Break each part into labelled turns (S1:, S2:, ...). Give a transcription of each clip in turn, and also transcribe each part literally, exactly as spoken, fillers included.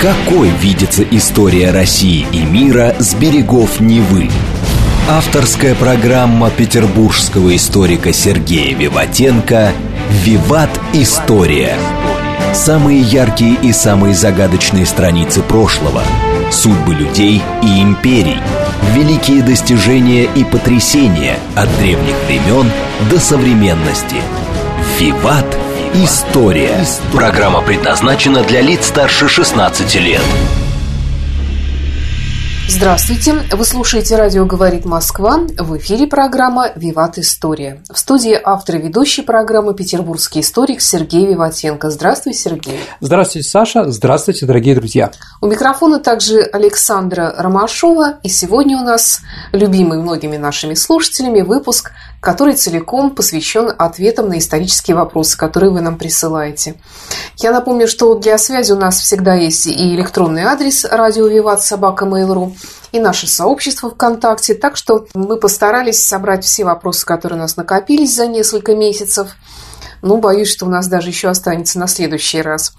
S1: Какой видится история России и мира с берегов Невы? Авторская программа петербургского историка Сергея Виватенко «Виват. История». Самые яркие и самые загадочные страницы прошлого, судьбы людей и империй, великие достижения и потрясения от древних времен до современности. «Виват. История». Программа предназначена для лиц старше шестнадцати лет.
S2: Здравствуйте! Вы слушаете «Радио говорит Москва». В эфире программа «Виват. История». В студии автор и ведущий программы петербургский историк Сергей Виватенко. Здравствуй, Сергей!
S3: Здравствуйте, Саша! Здравствуйте, дорогие друзья!
S2: У микрофона также Александра Ромашова. И сегодня у нас любимый многими нашими слушателями выпуск, который целиком посвящен ответам на исторические вопросы, которые вы нам присылаете. Я напомню, что для связи у нас всегда есть и электронный адрес радио виват собака мейл точка ру, и наше сообщество ВКонтакте. Так что мы постарались собрать все вопросы, которые у нас накопились за несколько месяцев. Ну, боюсь, что у нас даже еще останется на следующий раз.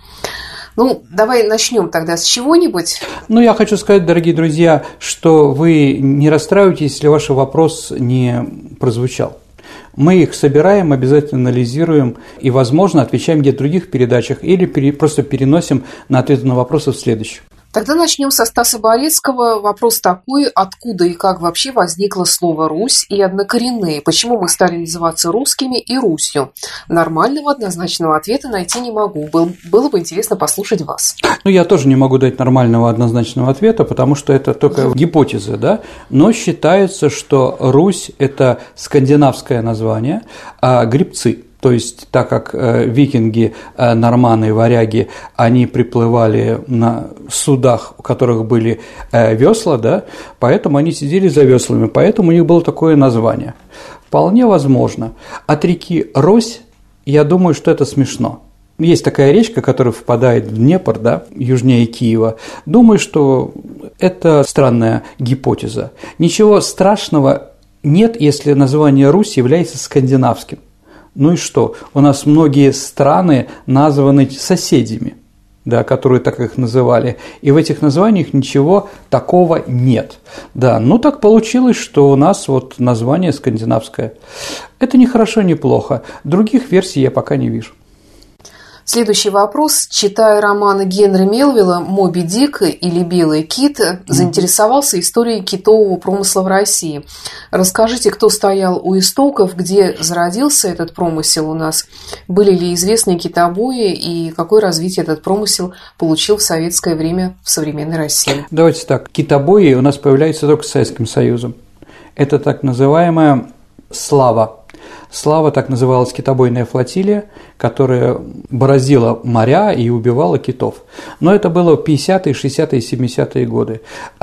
S2: Ну, давай начнем тогда с чего-нибудь.
S3: Ну, я хочу сказать, дорогие друзья, что вы не расстраивайтесь, если ваш вопрос не прозвучал. Мы их собираем, обязательно анализируем и, возможно, отвечаем где-то в других передачах или пере, просто переносим на ответы на вопросы в следующих.
S2: Тогда начнем со Стаса Борецкого. Вопрос такой: откуда и как вообще возникло слово «Русь» и однокоренные? Почему мы стали называться русскими и Русью? Нормального однозначного ответа найти не могу. Был, было бы интересно послушать вас.
S3: Ну, я тоже не могу дать нормального однозначного ответа, потому что это только гипотеза, да? Но считается, что Русь – это скандинавское название, а гребцы. То есть, так как э, викинги, э, норманы, варяги, они приплывали на судах, у которых были э, весла, да, поэтому они сидели за веслами, поэтому у них было такое название. Вполне возможно. От реки Рось, я думаю, что это смешно. Есть такая речка, которая впадает в Днепр, да, южнее Киева. Думаю, что это странная гипотеза. Ничего страшного нет, если название Русь является скандинавским. Ну и что? У нас многие страны названы соседями, да, которые так их называли, и в этих названиях ничего такого нет. Да, ну так получилось, что у нас вот название скандинавское. Это ни хорошо, ни плохо. Других версий я пока не вижу.
S2: Следующий вопрос. Читая романы Генри Мелвилла «Моби Дик» или «Белый кит», заинтересовался историей китового промысла в России. Расскажите, кто стоял у истоков, где зародился этот промысел у нас, были ли известные китобои и какое развитие этот промысел получил в советское время в современной России?
S3: Давайте так. Китобои у нас появляются только с Советским Союзом. Это так называемая слава. Слава, так называлась китобойная флотилия, которая бороздила моря и убивала китов. Но это было в пятидесятые, шестидесятые, семидесятые годы.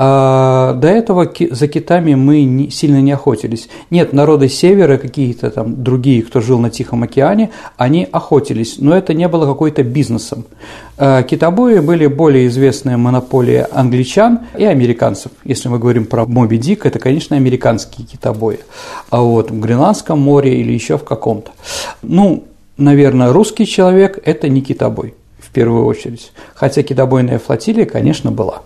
S3: А до этого за китами мы не, сильно не охотились. Нет, народы севера, какие-то там другие, кто жил на Тихом океане, они охотились, но это не было какой-то бизнесом. А китобои были более известная монополия англичан и американцев. Если мы говорим про Моби Дик, это, конечно, американские китобои. А вот в Гренландском море или еще в каком-то. Ну, наверное, русский человек – это не китобой, в первую очередь. Хотя китобойная флотилия, конечно, была.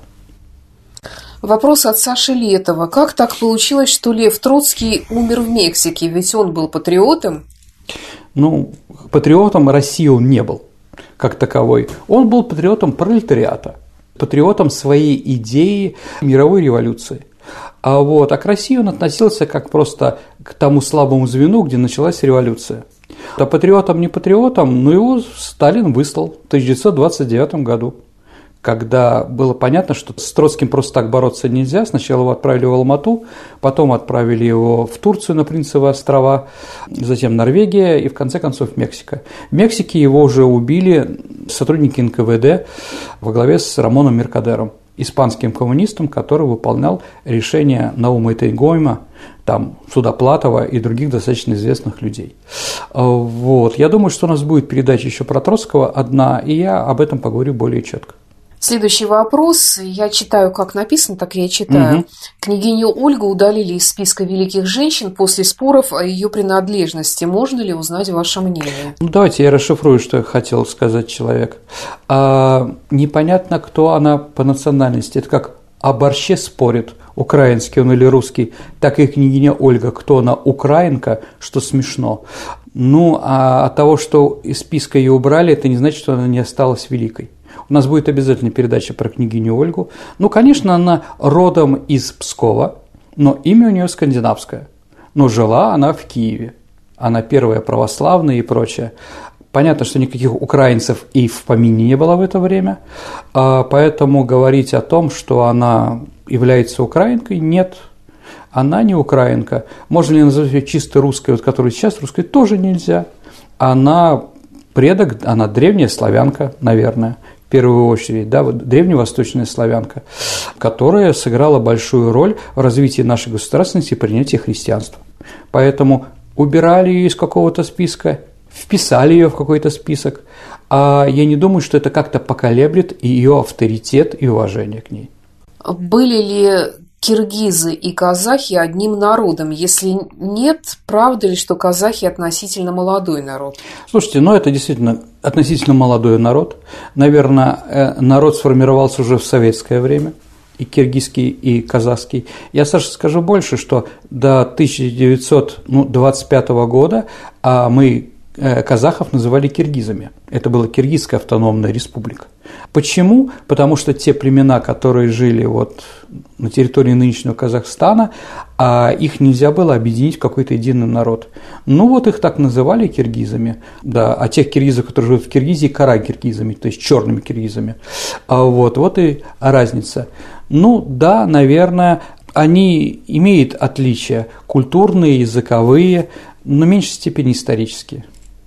S2: Вопрос от Саши Летова. Как так получилось, что Лев Троцкий умер в Мексике? Ведь он был патриотом.
S3: Ну, патриотом России он не был, как таковой. Он был патриотом пролетариата, патриотом своей идеи мировой революции. А, вот, а к России он относился как просто к тому слабому звену, где началась революция. А патриотом, не патриотом, но его Сталин выслал в тысяча девятьсот двадцать девятом году, когда было понятно, что с Троцким просто так бороться нельзя. Сначала его отправили в Алмату, потом отправили его в Турцию на Принцевы острова, затем Норвегия и в конце концов Мексика. В Мексике его уже убили сотрудники эн ка вэ дэ во главе с Рамоном Меркадером, испанским коммунистом, который выполнял решения Наума Тейгойма, там, Судоплатова и других достаточно известных людей. Вот. Я думаю, что у нас будет передача еще про Троцкого одна, и я об этом поговорю более четко.
S2: Следующий вопрос. Я читаю, как написано, так я и читаю. Угу. Княгиню Ольгу удалили из списка великих женщин после споров о ее принадлежности. Можно ли узнать ваше мнение?
S3: Ну, давайте я расшифрую, что хотел сказать человек. А, непонятно, кто она по национальности. Это как о борще спорит, украинский он или русский, так и княгиня Ольга, кто она, украинка, что смешно. Ну, а от того, что из списка ее убрали, это не значит, что она не осталась великой. У нас будет обязательно передача про княгиню Ольгу. Ну, конечно, она родом из Пскова, но имя у нее скандинавское. Но жила она в Киеве. Она первая православная и прочее. Понятно, что никаких украинцев и в помине не было в это время, поэтому говорить о том, что она является украинкой, нет, она не украинка. Можно ли назвать ее чисто русской, вот которую сейчас русской, тоже нельзя. Она предок, она древняя славянка, наверное, в первую очередь, да, вот древневосточная славянка, которая сыграла большую роль в развитии нашей государственности и принятии христианства. Поэтому убирали ее из какого-то списка, вписали ее в какой-то список, а я не думаю, что это как-то поколеблет ее авторитет и уважение к ней.
S2: Были ли киргизы и казахи одним народом? Если нет, правда ли, что казахи относительно молодой народ?
S3: Слушайте, ну это действительно относительно молодой народ. Наверное, народ сформировался уже в советское время, и киргизский, и казахский. Я, Саша, скажу больше, что до тысяча девятьсот двадцать пятого года а мы казахов называли киргизами. Это была Киргизская автономная республика. Почему? Потому что те племена, которые жили вот на территории нынешнего Казахстана, их нельзя было объединить в какой-то единый народ. Ну вот их так называли киргизами, да, а тех киргизов, которые живут в Киргизии, кара-киргизами, то есть черными киргизами. Вот, вот и разница. Ну да, наверное, они имеют отличия культурные, языковые, но в меньшей степени исторические.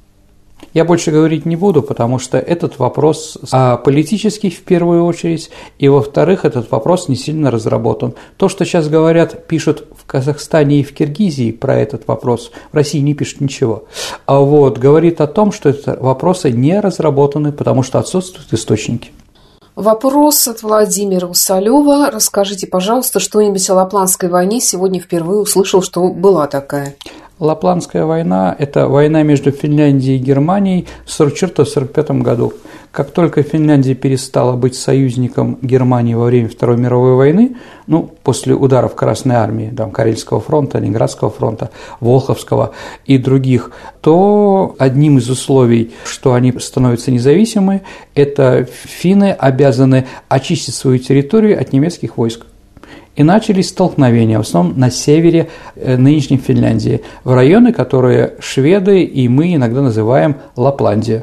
S3: Я больше говорить не буду, потому что этот вопрос политический в первую очередь, и во-вторых, этот вопрос не сильно разработан. То, что сейчас говорят, пишут в Казахстане и в Киргизии про этот вопрос, в России не пишут ничего, а вот говорит о том, что это вопросы не разработаны, потому что отсутствуют источники.
S2: Вопрос от Владимира Усалева. Расскажите, пожалуйста, что-нибудь о Лапландской войне. Сегодня впервые услышал, что была такая.
S3: Лапландская война – это война между Финляндией и Германией в сорок четвёртом — сорок пятом году. Как только Финляндия перестала быть союзником Германии во время Второй мировой войны, ну, после ударов Красной армии, там, Карельского фронта, Ленинградского фронта, Волховского и других, то одним из условий, что они становятся независимы, это финны обязаны очистить свою территорию от немецких войск. И начались столкновения, в основном на севере нынешней Финляндии, в районы, которые шведы и мы иногда называем Лапландия.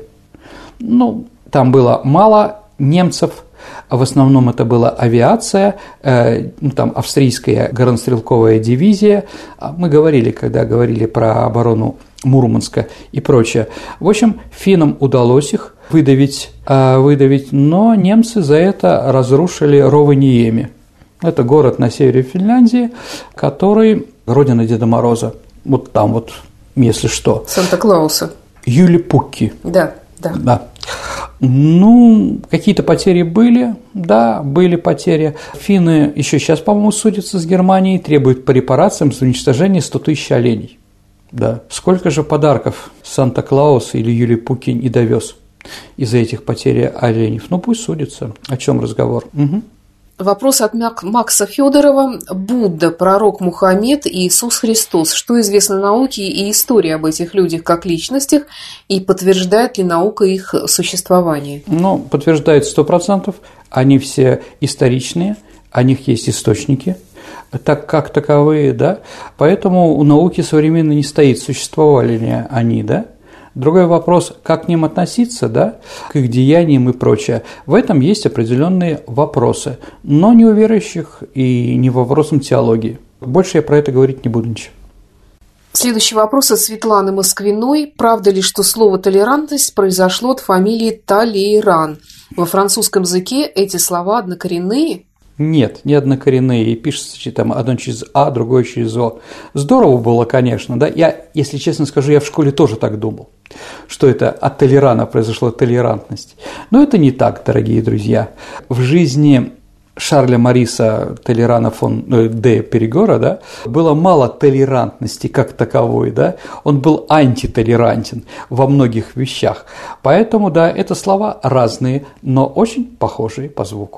S3: Ну, там было мало немцев, в основном это была авиация, э, ну, там австрийская горнострелковая дивизия. Мы говорили, когда говорили про оборону Мурманска и прочее. В общем, финнам удалось их выдавить, э, выдавить, но немцы за это разрушили Ровaniemi. Это город на севере Финляндии, который родина Деда Мороза. Вот там вот, если что.
S2: Санта-Клауса.
S3: Юлипукки.
S2: Да, да.
S3: Да. Ну, какие-то потери были, да, были потери. Финны еще сейчас, по-моему, судятся с Германией, требуют по репарациям за уничтожение сто тысяч оленей. Да. Сколько же подарков Санта-Клаус или Юлипукки не довез из-за этих потерь оленей? Ну, пусть судятся. О чем разговор? Угу.
S2: Вопрос от Макса Федорова. Будда, пророк Мухаммед и Иисус Христос. Что известно науке и истории об этих людях как личностях, и подтверждает ли наука их существование?
S3: Ну, подтверждает сто процентов. Они все историчные, о них есть источники, так как таковые, да. Поэтому у науки современной не стоит, существовали ли они, да. Другой вопрос, как к ним относиться, да, к их деяниям и прочее. В этом есть определенные вопросы, но не у верующих и не вопросам теологии. Больше я про это говорить не буду ничего.
S2: Следующий вопрос от Светланы Москвиной. Правда ли, что слово «толерантность» произошло от фамилии Талейран? Во французском языке эти слова однокоренные?
S3: Нет, не однокоренные, и пишется там одно через А, другое через О. Здорово было, конечно, да. Я, если честно скажу, я в школе тоже так думал, что это от толерана произошла толерантность. Но это не так, дорогие друзья. В жизни Шарля Мариса Толерана фон де Перегора, да, было мало толерантности как таковой, да, он был антитолерантен во многих вещах. Поэтому, да, это слова разные, но очень похожие по звуку.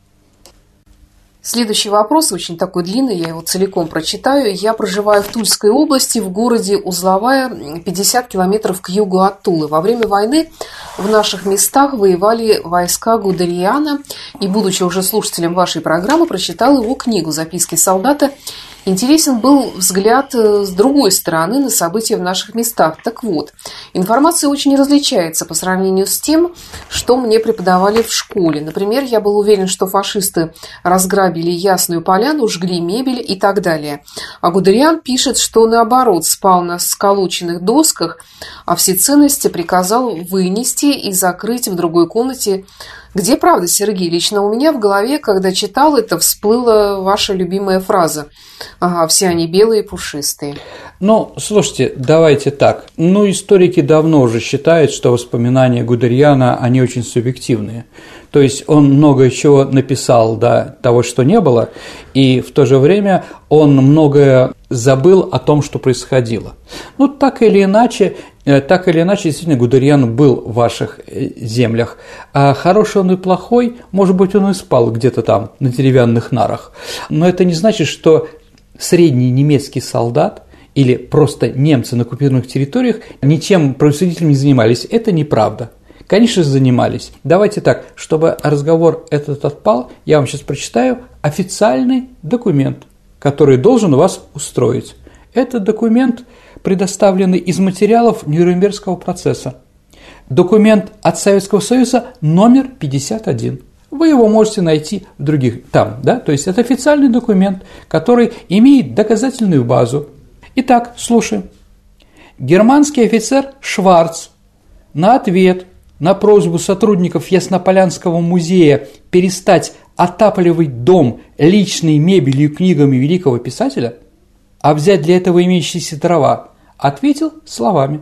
S2: Следующий вопрос очень такой длинный, я его целиком прочитаю. Я проживаю в Тульской области, в городе Узловая, пятьдесят километров к югу от Тулы. Во время войны в наших местах воевали войска Гудериана, и, будучи уже слушателем вашей программы, прочитал его книгу «Записки солдата». Интересен был взгляд с другой стороны на события в наших местах. Так вот, информация очень различается по сравнению с тем, что мне преподавали в школе. Например, я был уверен, что фашисты разграбили Ясную Поляну, жгли мебель и так далее. А Гудериан пишет, что наоборот, спал на сколоченных досках, а все ценности приказал вынести и закрыть в другой комнате. Где правда, Сергей? Лично у меня в голове, когда читал это, всплыла ваша любимая фраза. Ага, все они белые, пушистые.
S3: Ну, слушайте, давайте так. Ну, историки давно уже считают, что воспоминания Гудериана, они очень субъективные. То есть он много чего написал, да, того, что не было, и в то же время он многое забыл о том, что происходило. Ну, так или иначе, так или иначе, действительно, Гудериан был в ваших землях. А хороший он и плохой, может быть, он и спал где-то там на деревянных нарах. Но это не значит, что средний немецкий солдат или просто немцы на оккупированных территориях ничем производительным не занимались. Это неправда. Конечно, занимались. Давайте так, чтобы разговор этот отпал, я вам сейчас прочитаю официальный документ, который должен вас устроить. Этот документ предоставленный из материалов Нюрнбергского процесса. Документ от Советского Союза номер пятьдесят один. Вы его можете найти в других там, да? То есть это официальный документ, который имеет доказательную базу. Итак, слушаем. Германский офицер Шварц на ответ на просьбу сотрудников Яснополянского музея перестать отапливать дом личной мебелью и книгами великого писателя, а взять для этого имеющиеся дрова, ответил словами: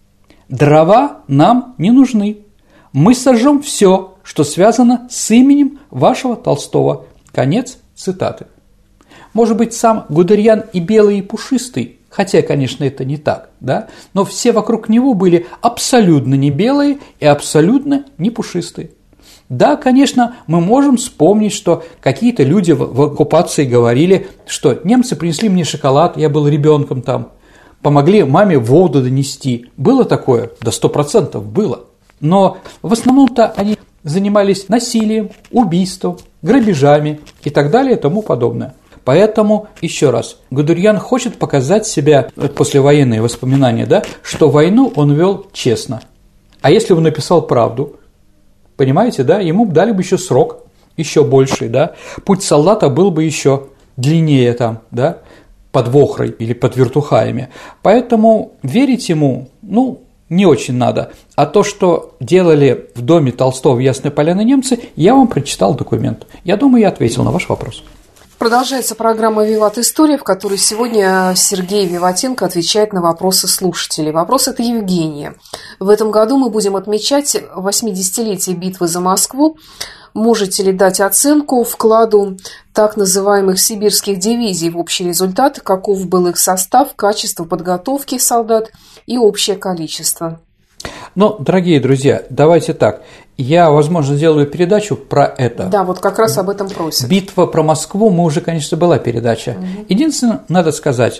S3: «Дрова нам не нужны. Мы сожжем все, что связано с именем вашего Толстого». Конец цитаты. Может быть, сам Гудериан и белый, и пушистый, хотя, конечно, это не так, да, но все вокруг него были абсолютно не белые и абсолютно не пушистые. Да, конечно, мы можем вспомнить, что какие-то люди в оккупации говорили, что немцы принесли мне шоколад, я был ребенком там, помогли маме воду донести. Было такое? Да сто процентов было. Но в основном-то они занимались насилием, убийством, грабежами и так далее и тому подобное. Поэтому, еще раз, Гудериан хочет показать себя, послевоенные воспоминания, да, что войну он вел честно. А если бы написал правду, понимаете, да, ему дали бы еще срок, еще больший, да, путь солдата был бы еще длиннее там, да, под Вохрой или под Вертухаями. Поэтому верить ему, ну, не очень надо. А то, что делали в доме Толстого в Ясной Поляне немцы, я вам прочитал документ. Я думаю, я ответил на ваш вопрос.
S2: Продолжается программа «Виват. История», в которой сегодня Сергей Виватенко отвечает на вопросы слушателей. Вопрос от Евгения. В этом году мы будем отмечать восьмидесятилетие битвы за Москву. Можете ли дать оценку вкладу так называемых сибирских дивизий в общий результат? Каков был их состав, качество подготовки солдат и общее количество?
S3: Ну, дорогие друзья, давайте так. Я, возможно, сделаю передачу про это.
S2: Да, вот как раз об этом просят.
S3: Битва про Москву, мы уже, конечно, была передача.
S2: Угу.
S3: Единственное, надо сказать,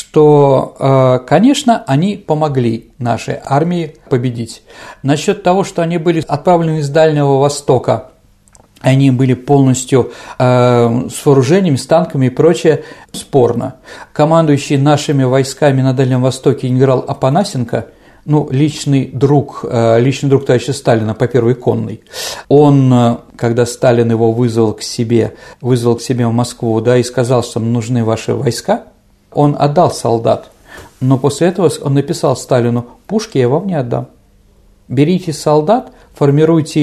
S3: что, конечно, они помогли нашей армии победить. Насчет того, что они были отправлены из Дальнего Востока, они были полностью э, с вооружениями, с танками и прочее, спорно. Командующий нашими войсками на Дальнем Востоке генерал Апанасенко, ну, личный друг, личный друг товарища Сталина по Первой конной, он, когда Сталин его вызвал к себе, вызвал к себе в Москву, да, и сказал, что нужны ваши войска, он отдал солдат, но после этого он написал Сталину: пушки я вам не отдам, берите солдат, формируйте их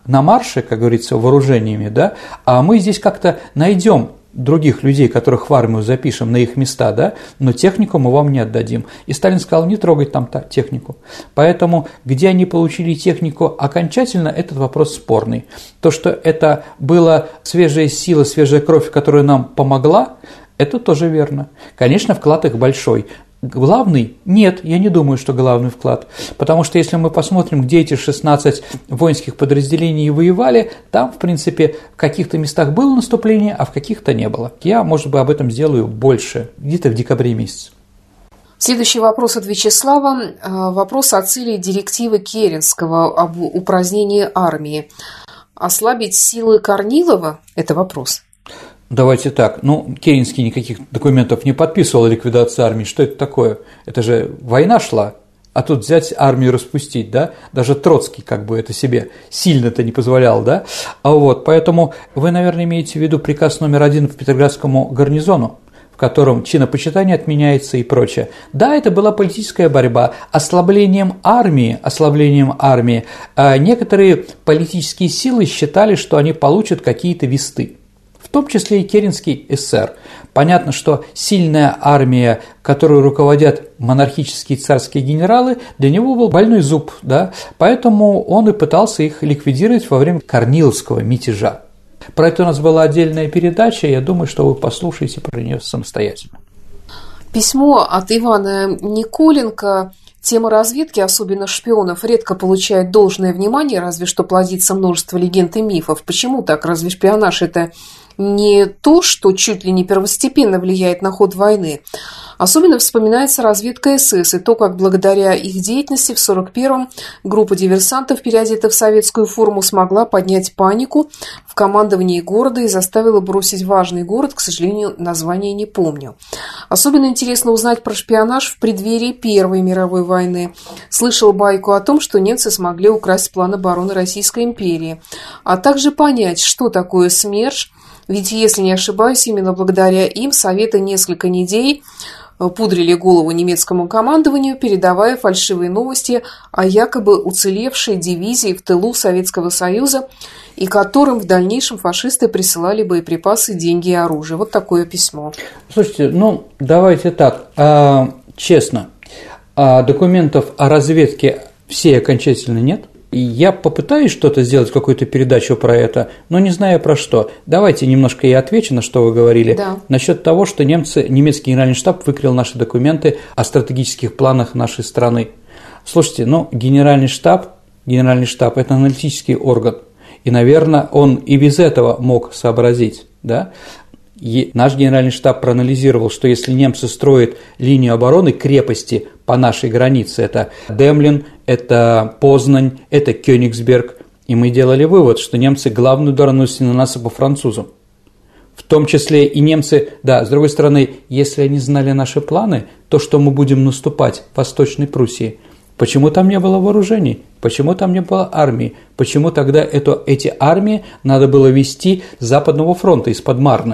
S3: на марше, как говорится, вооружениями, да, а мы здесь как-то найдем других людей, которых в армию запишем на их места, да, но технику мы вам не отдадим. И Сталин сказал, не трогать там технику. Поэтому, где они получили технику окончательно, этот вопрос спорный. То, что это была свежая сила, свежая кровь, которая нам помогла, это тоже верно. Конечно, вклад их большой. Главный? Нет, я не думаю, что главный вклад, потому что если мы посмотрим, где эти шестнадцать воинских подразделений воевали, там, в принципе, в каких-то местах было наступление, а в каких-то не было. Я, может быть, об этом сделаю больше, где-то в декабре месяце.
S2: Следующий вопрос от Вячеслава. Вопрос о цели директивы Керенского об упразднении армии. Ослабить силы Корнилова – это вопрос.
S3: Давайте так, ну, Керенский никаких документов не подписывал о ликвидации армии, что это такое? Это же война шла, а тут взять армию распустить, да? Даже Троцкий как бы это себе сильно-то не позволял, да? А вот, поэтому вы, наверное, имеете в виду приказ номер один по Петроградскому гарнизону, в котором чинопочитание отменяется и прочее. Да, это была политическая борьба. Ослаблением армии, ослаблением армии некоторые политические силы считали, что они получат какие-то весты. В том числе и Керенский эсер. Понятно, что сильная армия, которой руководят монархические царские генералы, для него был больной зуб, да? Поэтому он и пытался их ликвидировать во время Корниловского мятежа. Про это у нас была отдельная передача, я думаю, что вы послушаете про нее самостоятельно.
S2: Письмо от Ивана Николенко. Тема разведки, особенно шпионов, редко получает должное внимание, разве что плодится множество легенд и мифов. Почему так? Разве шпионаж – это не то, что чуть ли не первостепенно влияет на ход войны? Особенно вспоминается разведка СС и то, как благодаря их деятельности в сорок первом группа диверсантов, переодетых в советскую форму, смогла поднять панику в командовании города и заставила бросить важный город, к сожалению, название не помню. Особенно интересно узнать про шпионаж в преддверии Первой мировой войны. Слышал байку о том, что немцы смогли украсть план обороны Российской империи, а также понять, что такое СМЕРШ, ведь, если не ошибаюсь, именно благодаря им Советы несколько недель пудрили голову немецкому командованию, передавая фальшивые новости о якобы уцелевшей дивизии в тылу Советского Союза, и которым в дальнейшем фашисты присылали боеприпасы, деньги и оружие. Вот такое письмо.
S3: Слушайте, ну давайте так, а, честно, а документов о разведке всей окончательно нет. Я попытаюсь что-то сделать, какую-то передачу про это, но не знаю про что. Давайте немножко я отвечу, на что вы говорили.
S2: Да.
S3: Насчет того, что немцы, немецкий генеральный штаб выкрыл наши документы о стратегических планах нашей страны. Слушайте, ну, генеральный штаб, генеральный штаб – это аналитический орган, и, наверное, он и без этого мог сообразить, да? И наш генеральный штаб проанализировал, что если немцы строят линию обороны, крепости по нашей границе, это Демлин, это Познань, это Кёнигсберг, и мы делали вывод, что немцы главный удар наносят на нас и по французам. В том числе и немцы, да, с другой стороны, если они знали наши планы, то что мы будем наступать в Восточной Пруссии, почему там не было вооружений, почему там не было армии, почему тогда это, эти армии надо было вести с Западного фронта, из-под Марны?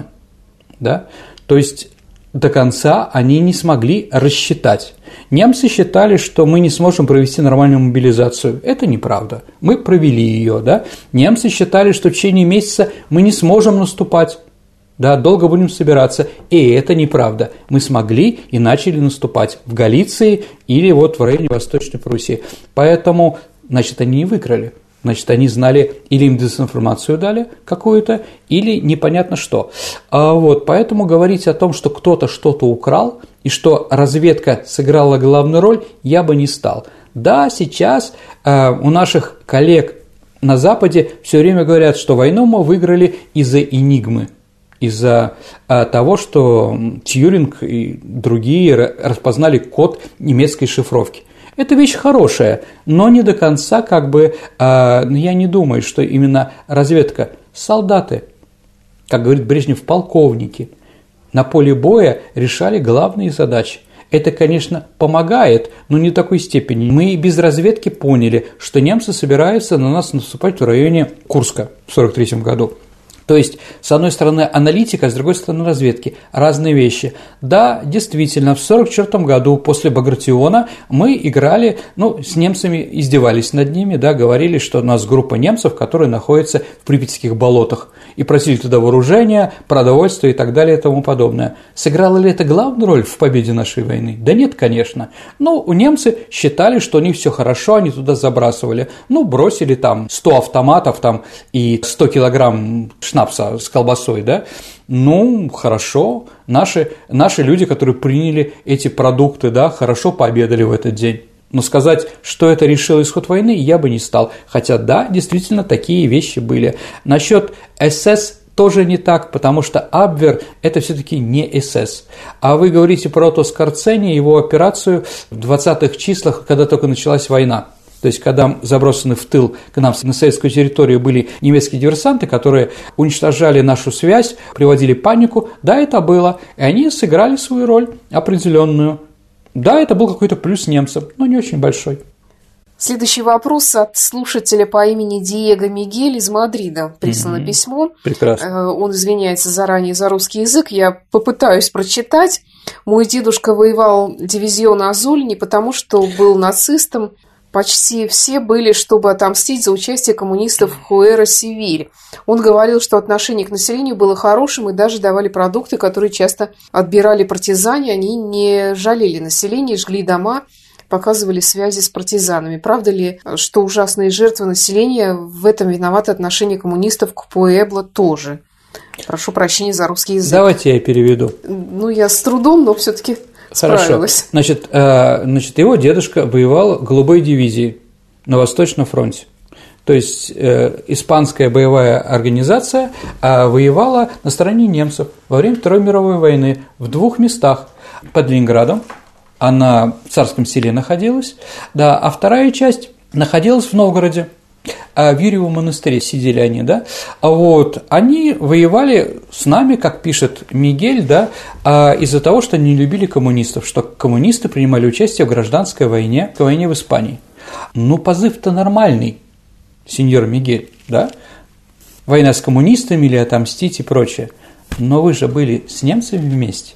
S3: Да? То есть до конца они не смогли рассчитать. Немцы считали, что мы не сможем провести нормальную мобилизацию. Это неправда. Мы провели ее. Да? Немцы считали, что в течение месяца мы не сможем наступать. Да, долго будем собираться. И это неправда. Мы смогли и начали наступать в Галиции или вот в районе Восточной Пруссии. Поэтому, значит, они не выиграли. Значит, они знали, или им дезинформацию дали какую-то, или непонятно что. А вот, поэтому говорить о том, что кто-то что-то украл, и что разведка сыграла главную роль, я бы не стал. Да, сейчас э, у наших коллег на Западе все время говорят, что войну мы выиграли из-за «Энигмы», из-за э, того, что Тьюринг и другие распознали код немецкой шифровки. Это вещь хорошая, но не до конца, как бы, э, я не думаю, что именно разведка. Солдаты, как говорит Брежнев, полковники, на поле боя решали главные задачи. Это, конечно, помогает, но не в такой степени. Мы и без разведки поняли, что немцы собираются на нас наступать в районе Курска в сорок третьем году. То есть, с одной стороны, аналитика, с другой стороны, разведки. Разные вещи. Да, действительно, в сорок четвёртом году, после Багратиона, мы играли, ну, с немцами, издевались над ними, да, говорили, что у нас группа немцев, которые находятся в Припятских болотах, и просили туда вооружения, продовольствия и так далее и тому подобное. Сыграло ли это главную роль в победе нашей войны? Да нет, конечно. Ну, у немцы считали, что у них все хорошо, они туда забрасывали. Ну, бросили там сто автоматов там, и сто килограмм шнапса с колбасой, да, ну, хорошо, наши, наши люди, которые приняли эти продукты, да, хорошо пообедали в этот день. Но сказать, что это решило исход войны, я бы не стал. Хотя, да, действительно, такие вещи были. Насчет эс эс тоже не так, потому что Абвер – это все-таки не эс эс. А вы говорите про Отто Скорцени, его операцию в двадцатых числах, когда только началась война. То есть, когда забросаны в тыл к нам на советскую территорию были немецкие диверсанты, которые уничтожали нашу связь, приводили панику, да, это было, и они сыграли свою роль определенную. Да, это был какой-то плюс немцам, но не очень большой.
S2: Следующий вопрос от слушателя по имени Диего Мигель из Мадрида. Прислано mm-hmm. письмо.
S3: Прекрасно.
S2: Он извиняется заранее за русский язык. Я попытаюсь прочитать. Мой дедушка воевал дивизион Азуль не потому, что был нацистом. Почти все были, чтобы отомстить за участие коммунистов в Хуэра-Севиль. Он говорил, что отношение к населению было хорошим и даже давали продукты, которые часто отбирали партизане. Они не жалели населения, жгли дома, показывали связи с партизанами. Правда ли, что ужасные жертвы населения, в этом виноваты отношение коммунистов к Пуэбло тоже? Прошу прощения за русский язык.
S3: Давайте я переведу.
S2: Ну, я с трудом, но все-таки справилась.
S3: Хорошо. Значит, значит, его дедушка воевал в голубой дивизии на Восточном фронте. То есть, э, испанская боевая организация э, воевала на стороне немцев во время Второй мировой войны в двух местах. Под Ленинградом, она в Царском Селе находилась, да, а вторая часть находилась в Новгороде. А в Юрьевом монастыре сидели они, да, а вот они воевали с нами, как пишет Мигель, да, из-за того, что они не любили коммунистов, что коммунисты принимали участие в гражданской войне, в войне в Испании. Ну, позыв-то нормальный, сеньор Мигель, да, война с коммунистами или отомстить и прочее, но вы же были с немцами вместе.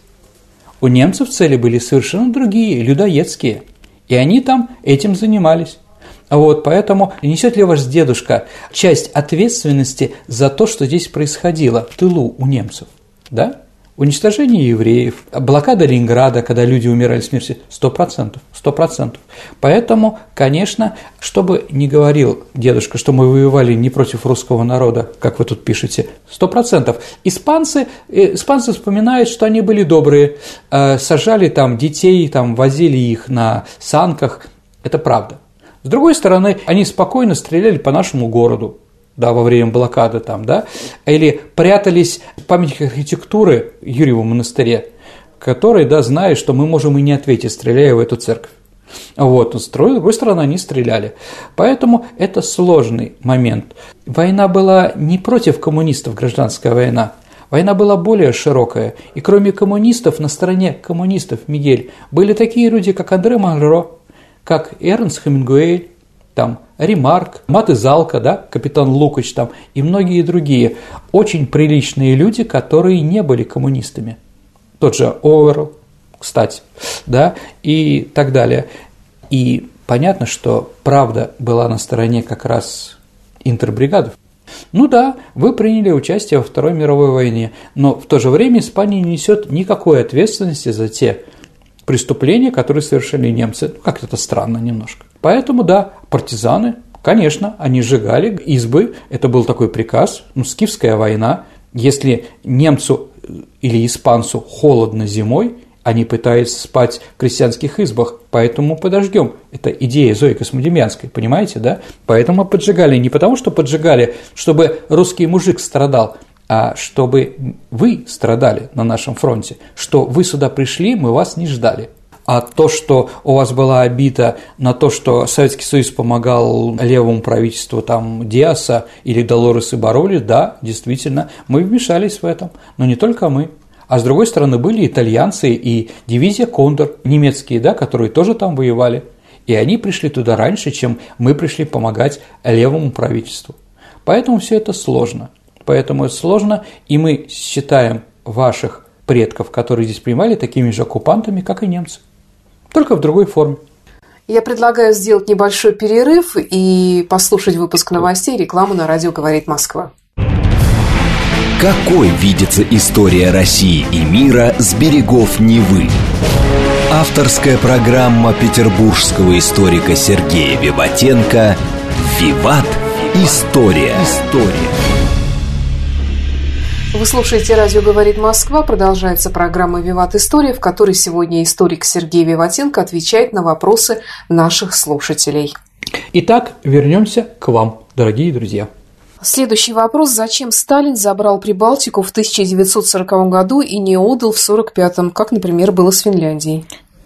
S3: У немцев цели были совершенно другие, людоедские, и они там этим занимались. Вот, поэтому несет ли ваш дедушка часть ответственности за то, что здесь происходило в тылу у немцев, да? Уничтожение евреев, блокада Ленинграда, когда люди умирали смерти, сто процентов, сто процентов. Поэтому, конечно, что бы ни говорил дедушка, что мы воевали не против русского народа, как вы тут пишете, сто процентов. Испанцы, испанцы вспоминают, что они были добрые, сажали там детей, там, возили их на санках, это правда. С другой стороны, они спокойно стреляли по нашему городу, да, во время блокады там, да, или прятались в памятниках архитектуры в Юрьевом монастыре, которые, да, знают, что мы можем и не ответить, стреляя в эту церковь. Вот, с другой стороны, они стреляли. Поэтому это сложный момент. Война была не против коммунистов, гражданская война. Война была более широкая, и кроме коммунистов, на стороне коммунистов, Мигель, были такие люди, как Андре Монро, как Эрнст Хемингуэй, там, Ремарк, Мат и Залка, да, капитан Лукач там, и многие другие, очень приличные люди, которые не были коммунистами. Тот же Оуэрл, кстати, да, и так далее. И понятно, что правда была на стороне как раз интербригадов. Ну да, вы приняли участие во Второй мировой войне, но в то же время Испания не несет никакой ответственности за те преступления, которые совершили немцы. Ну, как-то это странно немножко. Поэтому, да, партизаны, конечно, они сжигали избы, это был такой приказ, ну, скифская война. Если немцу или испанцу холодно зимой, они пытаются спать в крестьянских избах, поэтому подожгем. Это идея Зои Космодемьянской, понимаете, да? Поэтому поджигали не потому, что поджигали, чтобы русский мужик страдал, а чтобы вы страдали на нашем фронте, что вы сюда пришли, мы вас не ждали. А то, что у вас была обида на то, что Советский Союз помогал левому правительству там Диаса или Долорес и Бароли, да, действительно, мы вмешались в этом, но не только мы. А с другой стороны, были итальянцы и дивизия «Кондор», немецкие, да, которые тоже там воевали. И они пришли туда раньше, чем мы пришли помогать левому правительству. Поэтому все это сложно. Поэтому это сложно, и мы считаем ваших предков, которые здесь принимали, такими же оккупантами, как и немцы, только в другой форме.
S2: Я предлагаю сделать небольшой перерыв и послушать выпуск новостей и рекламу на радио «Говорит Москва».
S1: Какой видится история России и мира с берегов Невы? Авторская программа петербургского историка Сергея Виватенко «Виват. История». История.
S2: Вы слушаете «Радио говорит Москва». Продолжается программа «Виват. История», в которой сегодня историк Сергей Виватенко отвечает на вопросы наших слушателей.
S3: Итак, вернемся к вам, дорогие друзья.
S2: Следующий вопрос. Зачем Сталин забрал Прибалтику в тысяча девятьсот сороковом году и не отдал в сорок пятом, как, например, было с Финляндией?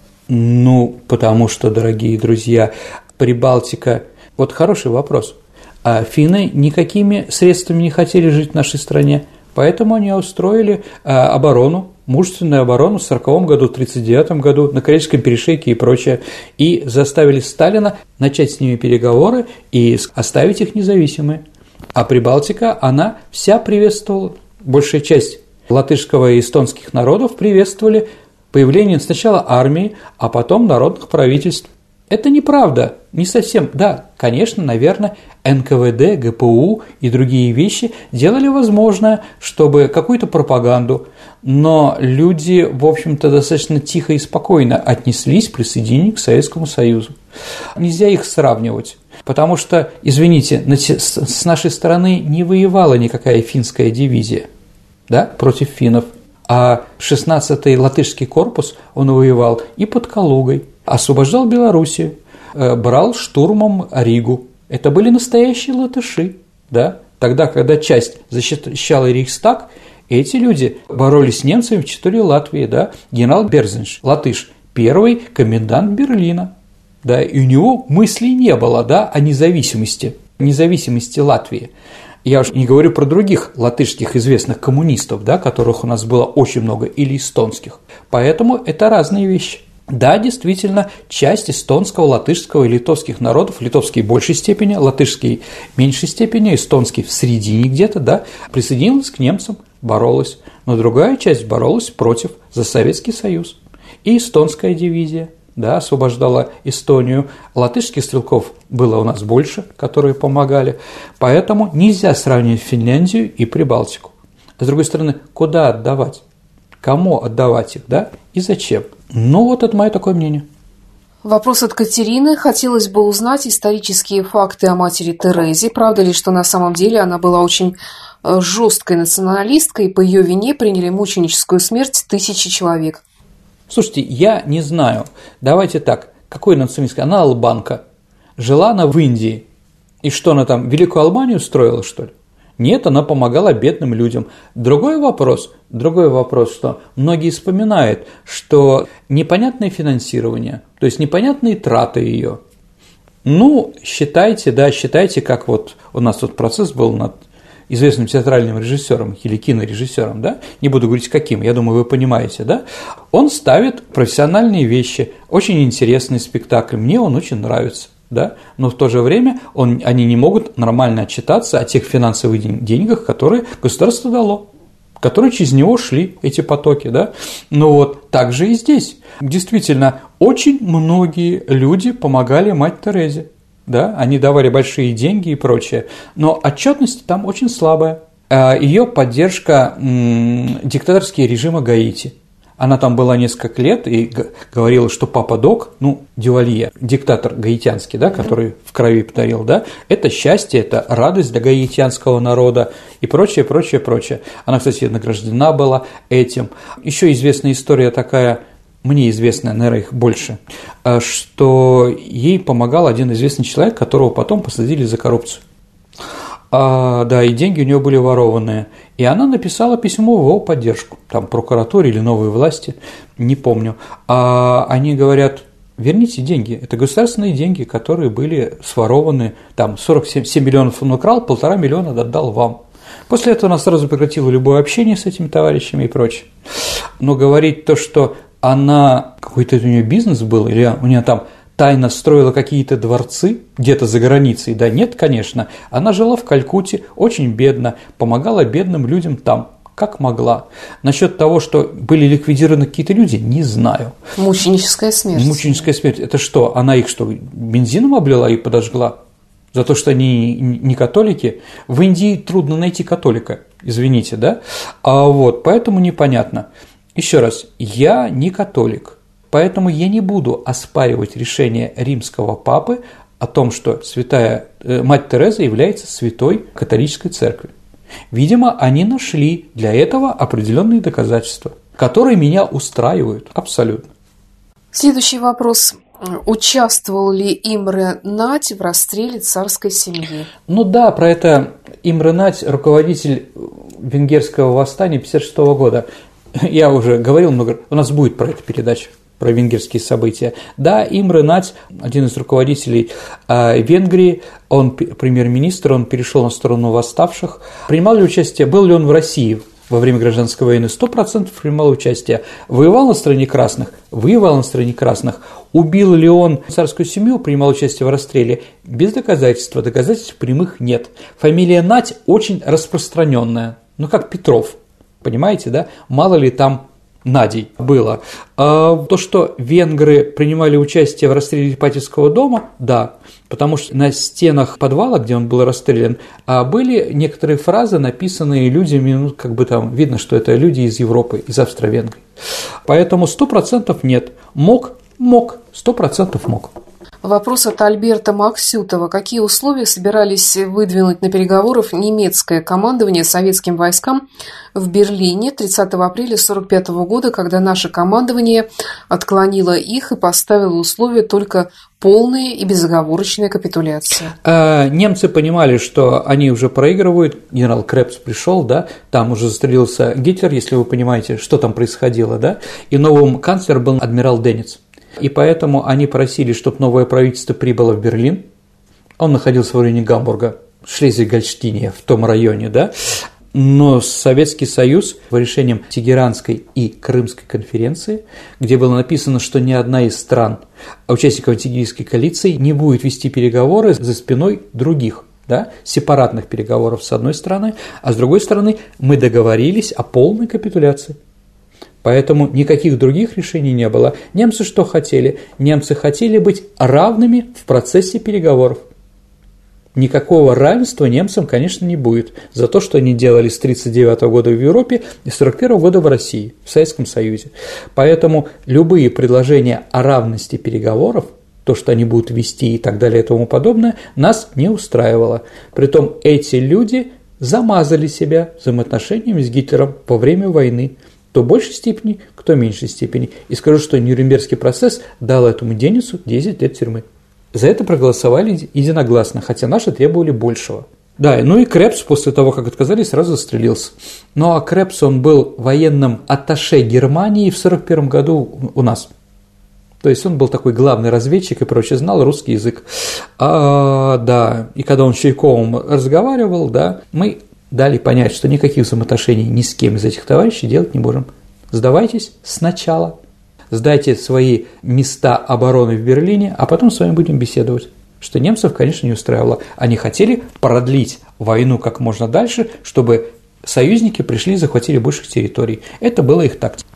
S3: Ну, потому что, дорогие друзья, Прибалтика… Вот хороший вопрос. А финны никакими средствами не хотели жить в нашей стране, поэтому они устроили оборону, мужественную оборону в сороковом году, в тридцать девятом году на Карельском перешейке и прочее, и заставили Сталина начать с ними переговоры и оставить их независимыми. А Прибалтика, она вся приветствовала, большая часть латышского и эстонских народов приветствовали появление сначала армии, а потом народных правительств. Это неправда, не совсем. Да, конечно, наверное, эн ка вэ дэ, гэ пэ у и другие вещи делали возможное, чтобы какую-то пропаганду, но люди, в общем-то, достаточно тихо и спокойно отнеслись к присоединению к Советскому Союзу. Нельзя их сравнивать, потому что, извините, с нашей стороны не воевала никакая финская дивизия, да, против финнов, а шестнадцатый латышский корпус, он воевал и под Калугой, освобождал Белоруссию, брал штурмом Ригу. Это были настоящие латыши, да? Тогда, когда часть защищала Рейхстаг, эти люди боролись с немцами в территории Латвии, да? Генерал Берзинш, латыш, первый комендант Берлина, да? И у него мыслей не было, да, о независимости, независимости Латвии. Я уж не говорю про других латышских известных коммунистов, да, которых у нас было очень много, или эстонских. Поэтому это разные вещи. Да, действительно, часть эстонского, латышского и литовских народов, литовский в большей степени, латышский в меньшей степени, эстонский в середине где-то, да, присоединилась к немцам, боролась, но другая часть боролась против, за Советский Союз. И эстонская дивизия, да, освобождала Эстонию, латышских стрелков было у нас больше, которые помогали, поэтому нельзя сравнивать Финляндию и Прибалтику. А с другой стороны, куда отдавать? Кому отдавать их, да, и зачем? Ну, вот это мое такое мнение.
S2: Вопрос от Катерины. Хотелось бы узнать исторические факты о матери Терезе. Правда ли, что на самом деле она была очень жесткой националисткой, и по ее вине приняли мученическую смерть тысячи человек?
S3: Слушайте, я не знаю. Давайте так. Какой националистка? Она албанка. Жила она в Индии. И что она там, Великую Албанию строила, что ли? Нет, она помогала бедным людям. Другой вопрос, другой вопрос, что многие вспоминают, что непонятное финансирование, то есть непонятные траты ее. Ну, считайте, да, считайте, как вот у нас тут процесс был над известным театральным режиссером или кинорежиссером, да, не буду говорить каким, я думаю, вы понимаете, да, он ставит профессиональные вещи, очень интересный спектакль, мне он очень нравится. Да? Но в то же время он, они не могут нормально отчитаться о тех финансовых деньгах, которые государство дало, которые через него шли, эти потоки. Да? Но вот так же и здесь. Действительно, очень многие люди помогали мать Терезе. Да? Они давали большие деньги и прочее. Но отчетность там очень слабая. Ее поддержка м- диктаторские режимы Гаити. Она там была несколько лет и говорила, что папа Док, ну, Дювалье, диктатор гаитянский, да, который в крови подарил, да, это счастье, это радость для гаитянского народа и прочее, прочее, прочее. Она, кстати, награждена была этим. Еще известная история такая, мне известная, наверное, их больше, что ей помогал один известный человек, которого потом посадили за коррупцию. А, да, и деньги у нее были ворованные. И она написала письмо в его поддержку, там, прокуратуре или новой власти, не помню. А они говорят, верните деньги, это государственные деньги, которые были сворованы, там, сорок семь миллионов он украл, полтора миллиона отдал вам. После этого она сразу прекратила любое общение с этими товарищами и прочее. Но говорить то, что она, какой-то у нее бизнес был, или у нее там тайно строила какие-то дворцы где-то за границей? Да нет, конечно. Она жила в Калькутте, очень бедно, помогала бедным людям там, как могла. Насчет того, что были ликвидированы какие-то люди, не знаю.
S2: Мученическая смерть.
S3: Мученическая смерть. Это что, она их что, бензином облила и подожгла? За то, что они не католики? В Индии трудно найти католика, извините, да? А вот, поэтому непонятно. Еще раз, я не католик, поэтому я не буду оспаривать решение римского папы о том, что святая мать Тереза является святой католической церкви. Видимо, они нашли для этого определенные доказательства, которые меня устраивают абсолютно.
S2: Следующий вопрос. Участвовал ли Имре Нать в расстреле царской семьи?
S3: Ну да, про это Имре Нать, руководитель венгерского восстания тысяча девятьсот пятьдесят шестого года. Я уже говорил много, у нас будет про это передача, про венгерские события. Да, Имре Нать, один из руководителей э, Венгрии, он премьер-министр, он перешел на сторону восставших. Принимал ли участие, был ли он в России во время гражданской войны? Сто процентов принимал участие. Воевал на стороне красных? Воевал на стороне красных. Убил ли он царскую семью? Принимал участие в расстреле? Без доказательства. Доказательств прямых нет. Фамилия Нать очень распространенная. Ну, как Петров. Понимаете, да? Мало ли там Надей было. А то, что венгры принимали участие в расстреле Ипатьевского дома, да, потому что на стенах подвала, где он был расстрелян, были некоторые фразы, написанные людьми, ну, как бы там видно, что это люди из Европы, из Австро-Венгрии. Поэтому сто процентов нет. Мог? Мог. Сто процентов мог.
S2: Вопрос от Альберта Максютова. Какие условия собирались выдвинуть на переговорах немецкое командование советским войскам в Берлине тридцатого апреля тысяча девятьсот сорок пятого года, когда наше командование отклонило их и поставило условие только полная и безоговорочная капитуляция?
S3: Немцы понимали, что они уже проигрывают. Генерал Крепс пришел, да, там уже застрелился Гитлер, если вы понимаете, что там происходило, да, и новым канцлером был адмирал Денниц. И поэтому они просили, чтобы новое правительство прибыло в Берлин. Он находился в районе Гамбурга, в Шлезвиг-Гольштине, в том районе, да. Но Советский Союз по решениям Тегеранской и Крымской конференции, где было написано, что ни одна из стран, участников антигиевской коалиции, не будет вести переговоры за спиной других, да, сепаратных переговоров с одной стороны, а с другой стороны мы договорились о полной капитуляции. Поэтому никаких других решений не было. Немцы что хотели? Немцы хотели быть равными в процессе переговоров. Никакого равенства немцам, конечно, не будет за то, что они делали с тысяча девятьсот тридцать девятого года в Европе и с сорок первого года в России, в Советском Союзе. Поэтому любые предложения о равности переговоров, то, что они будут вести и так далее и тому подобное, нас не устраивало. Притом эти люди замазали себя взаимоотношениями с Гитлером во время войны. Кто в большей степени, кто в меньшей степени. И скажу, что Нюрнбергский процесс дал этому Денису десять лет тюрьмы. За это проголосовали единогласно, хотя наши требовали большего. Да, ну и Крепс после того, как отказались, сразу застрелился. Ну а Крепс, он был военным атташе Германии в сорок первом году у нас. То есть он был такой главный разведчик и прочее, знал русский язык. А, да, и когда он с Чайковым разговаривал, да, мы дали понять, что никаких взаимоотношений ни с кем из этих товарищей делать не можем. Сдавайтесь сначала, сдайте свои места обороны в Берлине, а потом с вами будем беседовать. Что немцев, конечно, не устраивало. Они хотели продлить войну как можно дальше, чтобы союзники пришли и захватили больших территорий. Это было их тактика.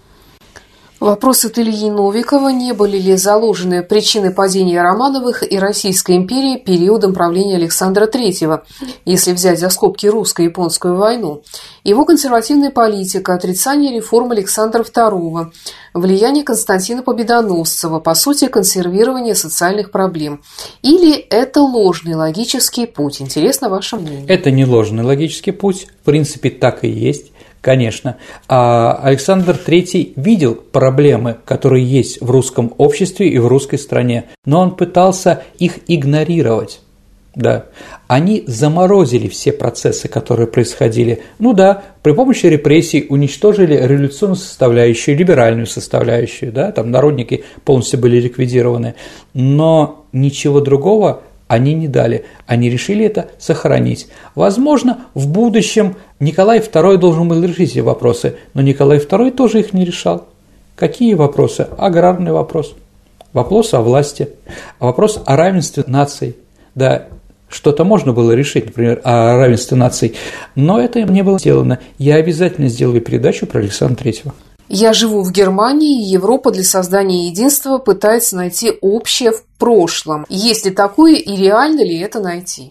S2: Вопрос от Ильи Новикова. Не были ли заложены причины падения Романовых и Российской империи периодом правления Александра Третьего, если взять за скобки русско-японскую войну? Его консервативная политика, отрицание реформ Александра Второго, влияние Константина Победоносцева, по сути, консервирование социальных проблем. Или это ложный логический путь? Интересно ваше мнение.
S3: Это не ложный логический путь, в принципе, так и есть. Конечно. А Александр Третий видел проблемы, которые есть в русском обществе и в русской стране, но он пытался их игнорировать. Да. Они заморозили все процессы, которые происходили. Ну да, при помощи репрессий уничтожили революционную составляющую, либеральную составляющую, да, там народники полностью были ликвидированы, но ничего другого они не дали, они решили это сохранить. Возможно, в будущем Николай Второй должен был решить эти вопросы, но Николай Второй тоже их не решал. Какие вопросы? Аграрный вопрос. вопрос о власти, вопрос о равенстве наций, да, что-то можно было решить, например, о равенстве наций, но это не было сделано. Я обязательно сделаю передачу про Александра Третьего.
S2: Я живу в Германии, и Европа для создания единства пытается найти общее в прошлом. Есть ли такое и реально ли это найти?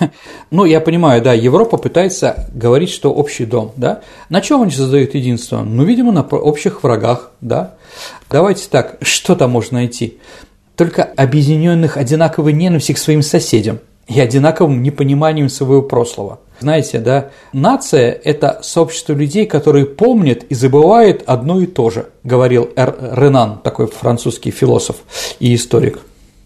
S3: Ну, я понимаю, да, Европа пытается говорить, что общий дом, да. На чем они создают единство? Ну, видимо, на общих врагах, да. Давайте так, что там можно найти? Только объединенных одинаковой ненавистью к своим соседям и одинаковым непониманием своего прошлого. Знаете, да, нация – это сообщество людей, которые помнят и забывают одно и то же, говорил Р. Ренан, такой французский философ и историк.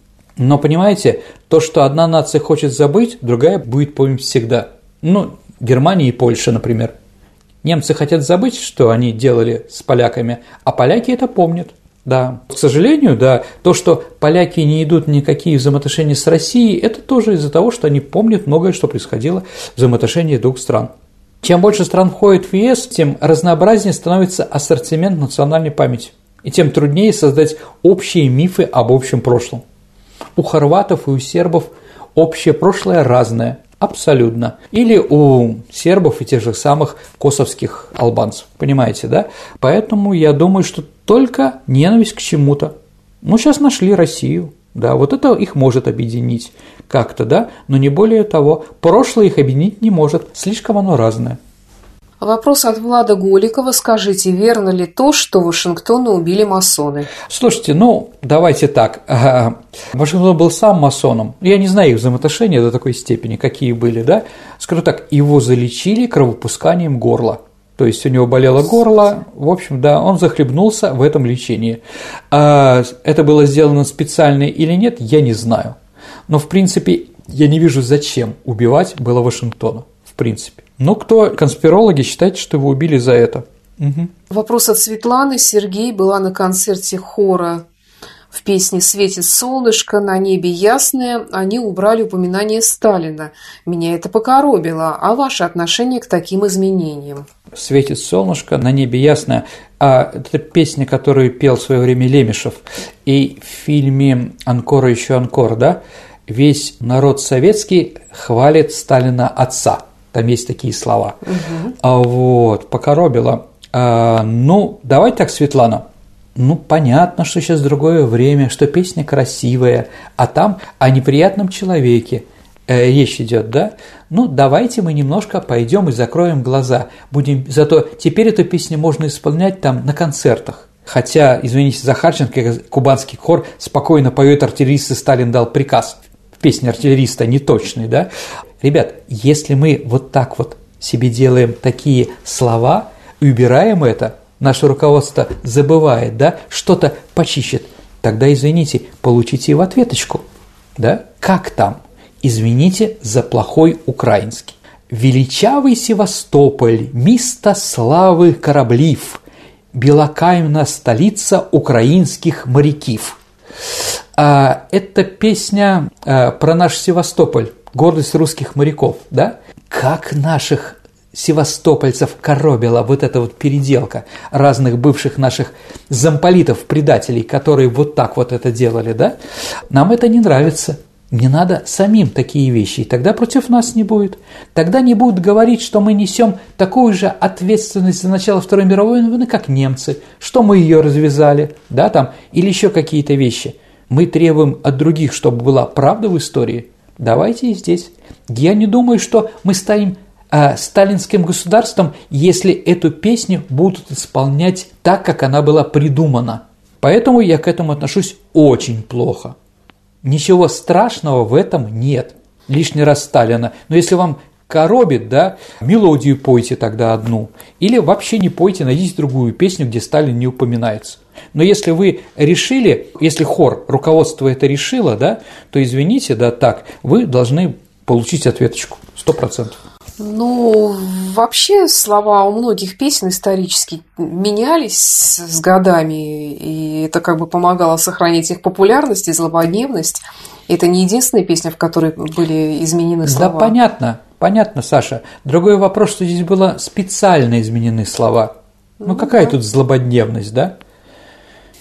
S3: Но понимаете, то, что одна нация хочет забыть, другая будет помнить всегда. Ну, Германия и Польша, например. Немцы хотят забыть, что они делали с поляками, а поляки это помнят. Да, к сожалению, да, то, что поляки не идут в никакие взаимоотношения с Россией, это тоже из-за того, что они помнят многое, что происходило в взаимоотношениях двух стран. Чем больше стран входит в ЕС, тем разнообразнее становится ассортимент национальной памяти, и тем труднее создать общие мифы об общем прошлом. У хорватов и у сербов общее прошлое разное, абсолютно. Или у сербов и тех же самых косовских албанцев, понимаете, да? Поэтому я думаю, что только ненависть к чему-то. Ну, сейчас нашли Россию, да, вот это их может объединить как-то, да, но не более того. Прошлое их объединить не может, слишком оно разное.
S2: Вопрос от Влада Голикова. Скажите, верно ли то, что Вашингтона убили масоны?
S3: Слушайте, ну, давайте так. Вашингтон был сам масоном. Я не знаю их взаимоотношения до такой степени, какие были, да. Скажу так, его залечили кровопусканием горла. То есть у него болело горло, в общем, да, он захлебнулся в этом лечении. А это было сделано специально или нет, я не знаю. Но, в принципе, я не вижу, зачем убивать было Вашингтона, в принципе. Ну, кто конспирологи считают, что его убили за это? Угу.
S2: Вопрос от Светланы. Сергей была на концерте хора в песне «Светит солнышко, на небе ясное». Они убрали упоминание Сталина. Меня это покоробило. А ваше отношение к таким изменениям?
S3: «Светит солнышко, на небе ясное». А это песня, которую пел в свое время Лемешев. И в фильме «Анкор и еще анкор», да, весь народ советский хвалит Сталина отца. Там есть такие слова. Угу. А вот, покоробило. А, ну, давай так, Светлана. Ну, понятно, что сейчас другое время, что песня красивая, а там о неприятном человеке э, речь идет, да? Ну, давайте мы немножко пойдем и закроем глаза. Будем, зато теперь эту песню можно исполнять там на концертах. Хотя, извините, Захарченко, кубанский хор, спокойно поет «Артиллерист, и Сталин дал приказ». Песня артиллериста неточный, да? Ребят, если мы вот так вот себе делаем такие слова и убираем это, наше руководство забывает, да, что-то почищет, тогда, извините, получите и в ответочку, да? Как там? Извините за плохой украинский. «Величавый Севастополь, місто слави кораблів, білокам'яна столица украинских моряків». А, это песня а, про наш Севастополь, гордость русских моряков, да? Как наших севастопольцев коробила вот эта вот переделка разных бывших наших замполитов, предателей, которые вот так вот это делали, да? Нам это не нравится. Не надо самим такие вещи, и тогда против нас не будет. Тогда не будут говорить, что мы несем такую же ответственность за начало Второй мировой войны, как немцы, что мы ее развязали, да, там, или еще какие-то вещи. Мы требуем от других, чтобы была правда в истории. Давайте и здесь. Я не думаю, что мы станем э, сталинским государством, если эту песню будут исполнять так, как она была придумана. Поэтому я к этому отношусь очень плохо. Ничего страшного в этом нет. Лишний раз Сталина. Но если вам коробит, да, мелодию пойте тогда одну. Или вообще не пойте, найдите другую песню, где Сталин не упоминается. Но если вы решили, если хор, руководство это решило, да, то извините, да, так, вы должны получить ответочку, сто процентов.
S2: Ну, вообще слова у многих песен исторически менялись с годами, и это как бы помогало сохранить их популярность и злободневность. Это не единственная песня, в которой были изменены слова.
S3: Да, понятно, понятно, Саша. Другой вопрос, что здесь было специально изменены слова. Ну, ну какая да. тут злободневность, да?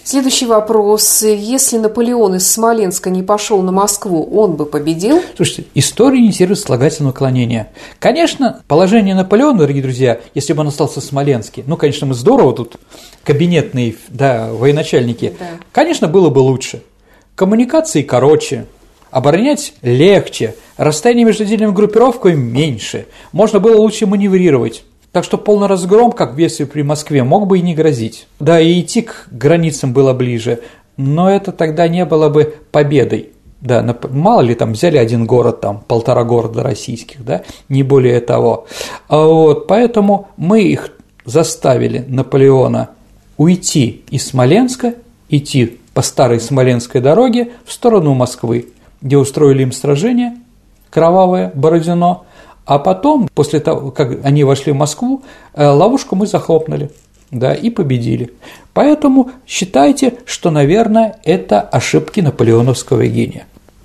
S2: Следующий вопрос. Если Наполеон из Смоленска не пошел на Москву, он бы победил?
S3: Слушайте, история не терпит слагательного наклонения. Конечно, положение Наполеона, дорогие друзья, если бы он остался в Смоленске, ну, конечно, мы здорово тут, кабинетные, да, военачальники, да. Конечно, было бы лучше. Коммуникации короче, оборонять легче, расстояние между отдельными группировками меньше, можно было лучше маневрировать. Так что полный разгром, как в бедствии при Москве, мог бы и не грозить. Да, и идти к границам было ближе, но это тогда не было бы победой. Да, мало ли там взяли один город, там полтора города российских, да, не более того. Вот, поэтому мы их заставили, Наполеона, уйти из Смоленска, идти по старой Смоленской дороге в сторону Москвы, где устроили им сражение кровавое, Бородино. А потом, после того, как они вошли в Москву, ловушку мы захлопнули, да, и победили. Поэтому считайте, что, наверное, это ошибки наполеоновского гения.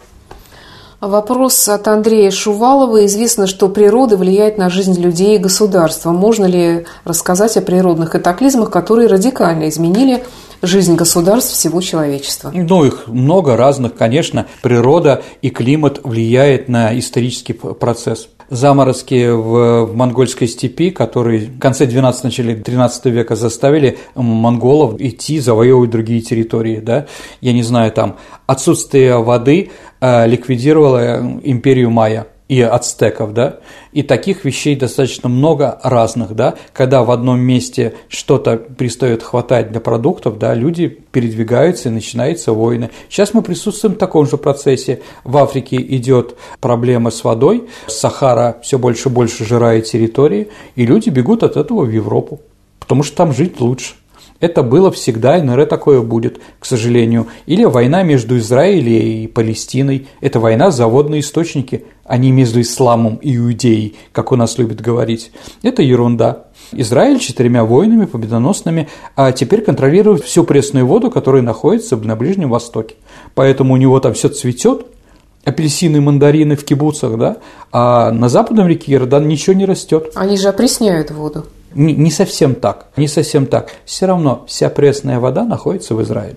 S2: Вопрос от Андрея Шувалова. Известно, что природа влияет на жизнь людей и государства. Можно ли рассказать о природных катаклизмах, которые радикально изменили жизнь государств всего человечества?
S3: Ну, их много разных, конечно. Природа и климат влияют на исторический процесс. Заморозки в, в монгольской степи, которые в конце двенадцатого – начале тринадцатого века заставили монголов идти завоевывать другие территории, да? Я не знаю, там отсутствие воды э, ликвидировало империю майя и ацтеков, да, и таких вещей достаточно много разных, да, когда в одном месте что-то перестает хватать для продуктов, да, люди передвигаются и начинаются войны. Сейчас мы присутствуем в таком же процессе. В Африке идет проблема с водой, Сахара все больше и больше жирает территории, и люди бегут от этого в Европу, потому что там жить лучше. Это было всегда, и, наверное, такое будет, к сожалению. Или война между Израилем и Палестиной. Это война за водные источники, а не между исламом и иудеей, как у нас любят говорить. Это ерунда. Израиль четырьмя войнами победоносными а теперь контролирует всю пресную воду, которая находится на Ближнем Востоке. Поэтому у него там все цветет, апельсины, мандарины в кибуцах, да, а на западном реке Иордан ничего не растет.
S2: Они же опресняют воду.
S3: Не, не совсем так, не совсем так. Все равно вся пресная вода находится в Израиле.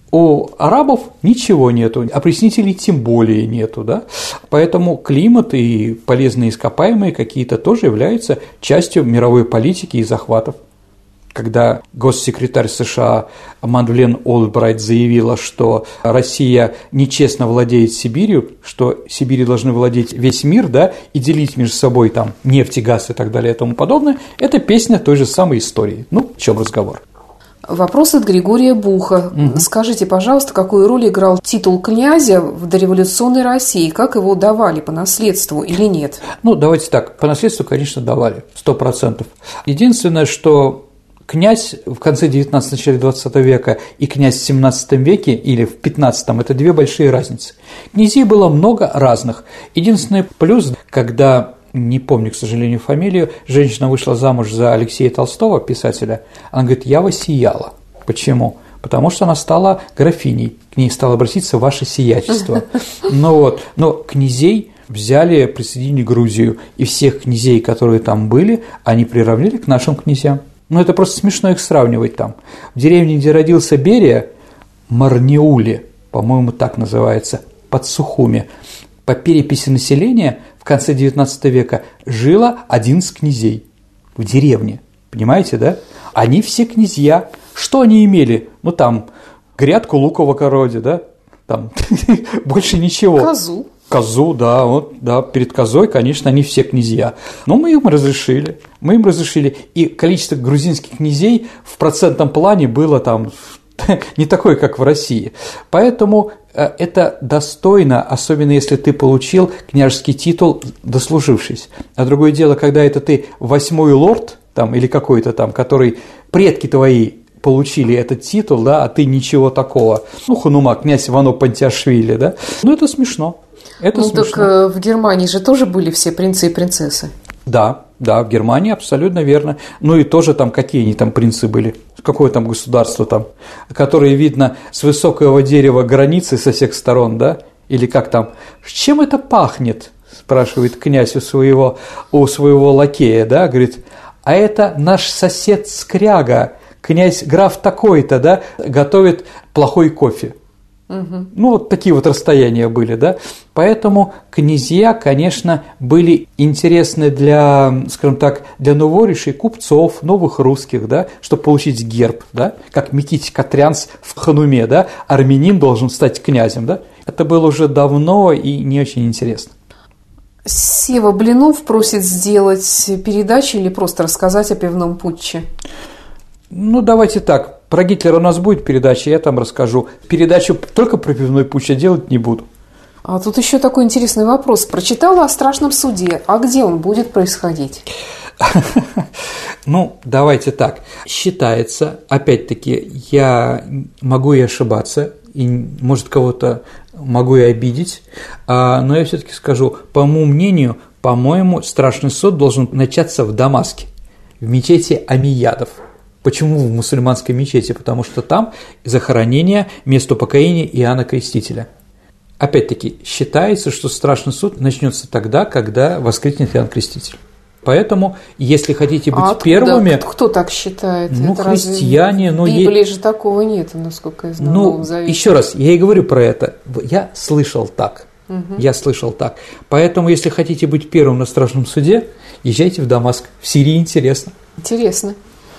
S3: У арабов ничего нету, опреснителей тем более нету, да? Поэтому климат и полезные ископаемые какие-то тоже являются частью мировой политики и захватов. Когда госсекретарь США Мадлен Олбрайт заявила, что Россия нечестно владеет Сибирью, что Сибирью должны владеть весь мир, да, и делить между собой там нефть и газ и так далее и тому подобное, это песня той же самой истории. Ну, в чем разговор?
S2: Вопрос от Григория Буха. Угу. Скажите, пожалуйста, какую роль играл титул князя в дореволюционной России? Как его давали по наследству или нет?
S3: Ну, давайте так, по наследству, конечно, давали, сто процентов. Единственное, что князь в конце девятнадцатого – начале двадцатого века и князь в семнадцатом веке или в пятнадцатом – это две большие разницы. Князей было много разных. Единственный плюс, когда, не помню, к сожалению, фамилию, женщина вышла замуж за Алексея Толстого, писателя, она говорит: «Я воссияла». Почему? Потому что она стала графиней, к ней стало обратиться ваше сиятельство. Ну вот, но князей взяли, присоединили Грузию, и всех князей, которые там были, они приравняли к нашим князьям. Ну, это просто смешно их сравнивать там. В деревне, где родился Берия, Марниуле, по-моему, так называется, под Сухуми, по переписи населения в конце девятнадцатого века жило одиннадцать князей в деревне. Понимаете, да? Они все князья. Что они имели? Ну, там, грядку лука в огороде, да? Там больше ничего.
S2: Козу.
S3: Козу, да, вот, да, перед козой, конечно, они все князья. Но мы им разрешили, мы им разрешили. И количество грузинских князей в процентном плане было там не такое, как в России. Поэтому это достойно, особенно если ты получил княжеский титул, дослужившись. А другое дело, когда это ты восьмой лорд, там, или какой-то там, который предки твои получили этот титул, да, а ты ничего такого. Ну, Ханума, князь Ивано Пантиашвили, да. Ну, это смешно. Это
S2: ну,
S3: смешно.
S2: так в Германии же тоже были все принцы и принцессы.
S3: Да, да, в Германии абсолютно верно. Ну и тоже там какие они там принцы были, какое там государство там, которые видно с высокого дерева границы со всех сторон, да, или как там, чем это пахнет, спрашивает князь у своего, у своего лакея, да, говорит, а это наш сосед Скряга, князь граф такой-то, да, готовит плохой кофе. Угу. Ну, вот такие вот расстояния были, да. Поэтому князья, конечно, были интересны для, скажем так, для новоришей купцов, новых русских, да, чтобы получить герб, да, как Микитий Катрянс в Хануме, да, армянин должен стать князем, да. Это было уже давно и не очень интересно.
S2: Сева Блинов просит сделать передачу или просто рассказать о пивном путче.
S3: Ну, давайте так. Про Гитлера у нас будет передача, я там расскажу. Передачу только про пивной путч я делать не буду.
S2: А тут еще такой интересный вопрос. Прочитала о страшном суде. А где он будет происходить?
S3: Ну, давайте так. Считается, опять-таки, я могу и ошибаться, и, может, кого-то могу и обидеть, но я все-таки скажу, по моему мнению, по-моему, страшный суд должен начаться в Дамаске, в мечети Амиядов. Почему в мусульманской мечети? Потому что там захоронение, место упокоения Иоанна Крестителя. Опять-таки, считается, что страшный суд начнется тогда, когда воскреснет Иоанн Креститель. Поэтому, если хотите быть
S2: а
S3: первыми…
S2: Кто, кто так считает?
S3: Ну,
S2: это
S3: христиане…
S2: Ну, в Библии е... же такого нет, насколько я знаю.
S3: Ну, еще раз, я и говорю про это. Я слышал так. Угу. Я слышал так. Поэтому, если хотите быть первым на страшном суде, езжайте в Дамаск. В Сирии интересно.
S2: Интересно.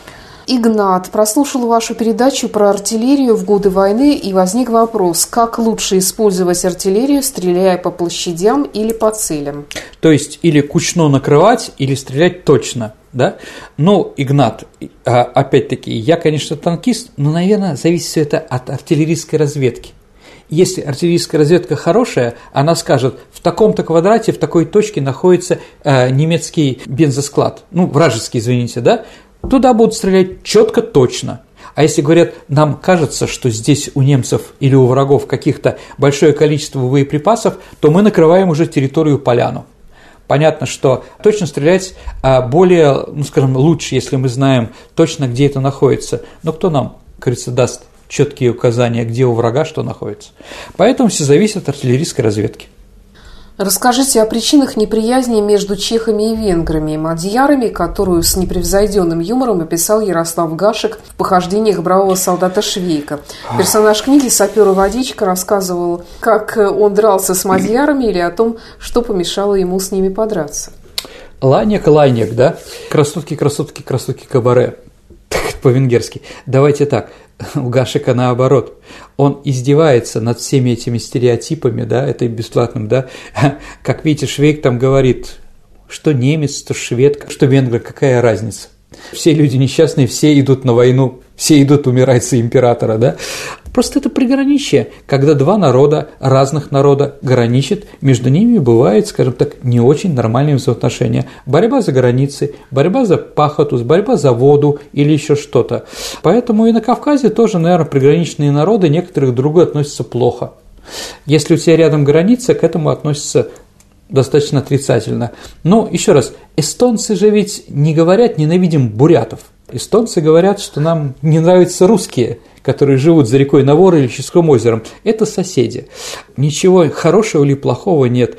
S2: Игнат прослушал вашу передачу про артиллерию в годы войны, и возник вопрос, как лучше использовать артиллерию, стреляя по площадям или по целям?
S3: То есть, или кучно накрывать, или стрелять точно, да? Ну, Игнат, опять-таки, я, конечно, танкист, но, наверное, зависит все это от артиллерийской разведки. Если артиллерийская разведка хорошая, она скажет, в таком-то квадрате, в такой точке находится э, немецкий бензосклад, ну, вражеский, извините, да? Туда будут стрелять четко, точно. А если говорят, нам кажется, что здесь у немцев или у врагов каких-то большое количество боеприпасов, то мы накрываем уже территорию поляну. Понятно, что точно стрелять более, ну, скажем, лучше, если мы знаем точно, где это находится. Но кто нам, как говорится, даст четкие указания, где у врага что находится. Поэтому все зависит от артиллерийской разведки.
S2: Расскажите о причинах неприязни между чехами и венграми, мадьярами, которую с непревзойденным юмором описал Ярослав Гашек в «Похождениях бравого солдата Швейка». Персонаж книги «Сапер и водичка» рассказывал, как он дрался с мадьярами или о том, что помешало ему с ними подраться.
S3: Лайнек, лайнек, да? Красотки, красотки, красотки, кабаре. По-венгерски. Давайте так. У Гашека наоборот. Он издевается над всеми этими стереотипами, да, это бесплатным, да. Как видите, Швейк там говорит, что немец, что швед, что венгр, какая разница. Все люди несчастные, все идут на войну, все идут умирать за императора, да. Просто это приграничье, когда два народа, разных народа граничат, между ними бывает, скажем так, не очень нормальные взаимоотношения. Борьба за границей, борьба за пахоту, борьба за воду или еще что-то. Поэтому и на Кавказе тоже, наверное, приграничные народы некоторые к другу относятся плохо. Если у тебя рядом граница, к этому относятся достаточно отрицательно. Но, еще раз, эстонцы же ведь не говорят «ненавидим бурятов». Эстонцы говорят, что нам не нравятся русские, которые живут за рекой Навор или Ческим озером. Это соседи. Ничего хорошего или плохого нет.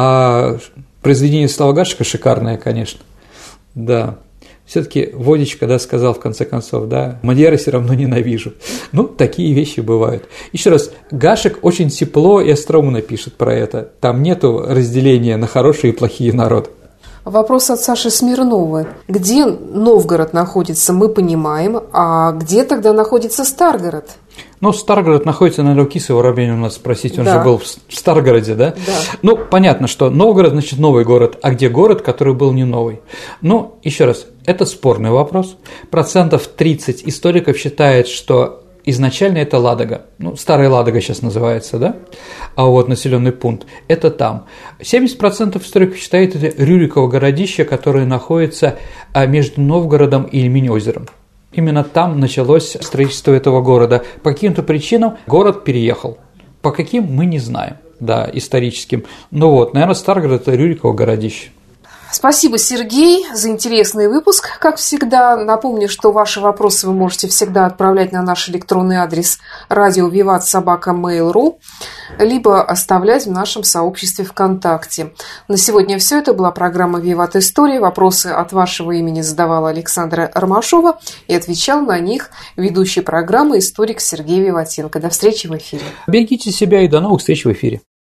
S3: А произведение Слава Гашека шикарное, конечно. Да. Все-таки водичка, да, сказал в конце концов, да, мадьяры все равно ненавижу. Ну, такие вещи бывают. Еще раз, Гашек очень тепло и остроумно пишет про это. Там нету разделения на хорошие и плохие народы.
S2: Вопрос от Саши Смирнова. Где Новгород находится, мы понимаем, а где тогда находится Старгород?
S3: Ну, Старгород находится, наверное, у Кисова Воробьянина надо спросить, он
S2: да.
S3: же был в Старгороде, да?
S2: Да.
S3: Ну, понятно, что Новгород, значит, новый город, а где город, который был не новый? Ну, еще раз, это спорный вопрос. Процентов тридцать историков считает, что изначально это Ладога, ну, Старая Ладога сейчас называется, да, а вот населенный пункт, это там. семьдесят процентов историков считают это Рюриково городище, которое находится между Новгородом и Ильмень-озером. Именно там началось строительство этого города. По каким-то причинам город переехал. По каким, мы не знаем, да, историческим. Ну вот, наверное, Старгород – это Рюриково городище.
S2: Спасибо, Сергей, за интересный выпуск, как всегда. Напомню, что ваши вопросы вы можете всегда отправлять на наш электронный адрес радио виват собака мейл точка ру, либо оставлять в нашем сообществе ВКонтакте. На сегодня все. Это была программа «Виват История». Вопросы от вашего имени задавала Александра Ромашова и отвечал на них ведущий программы историк Сергей Виватенко. До встречи в эфире.
S3: Берегите себя и до новых встреч в эфире.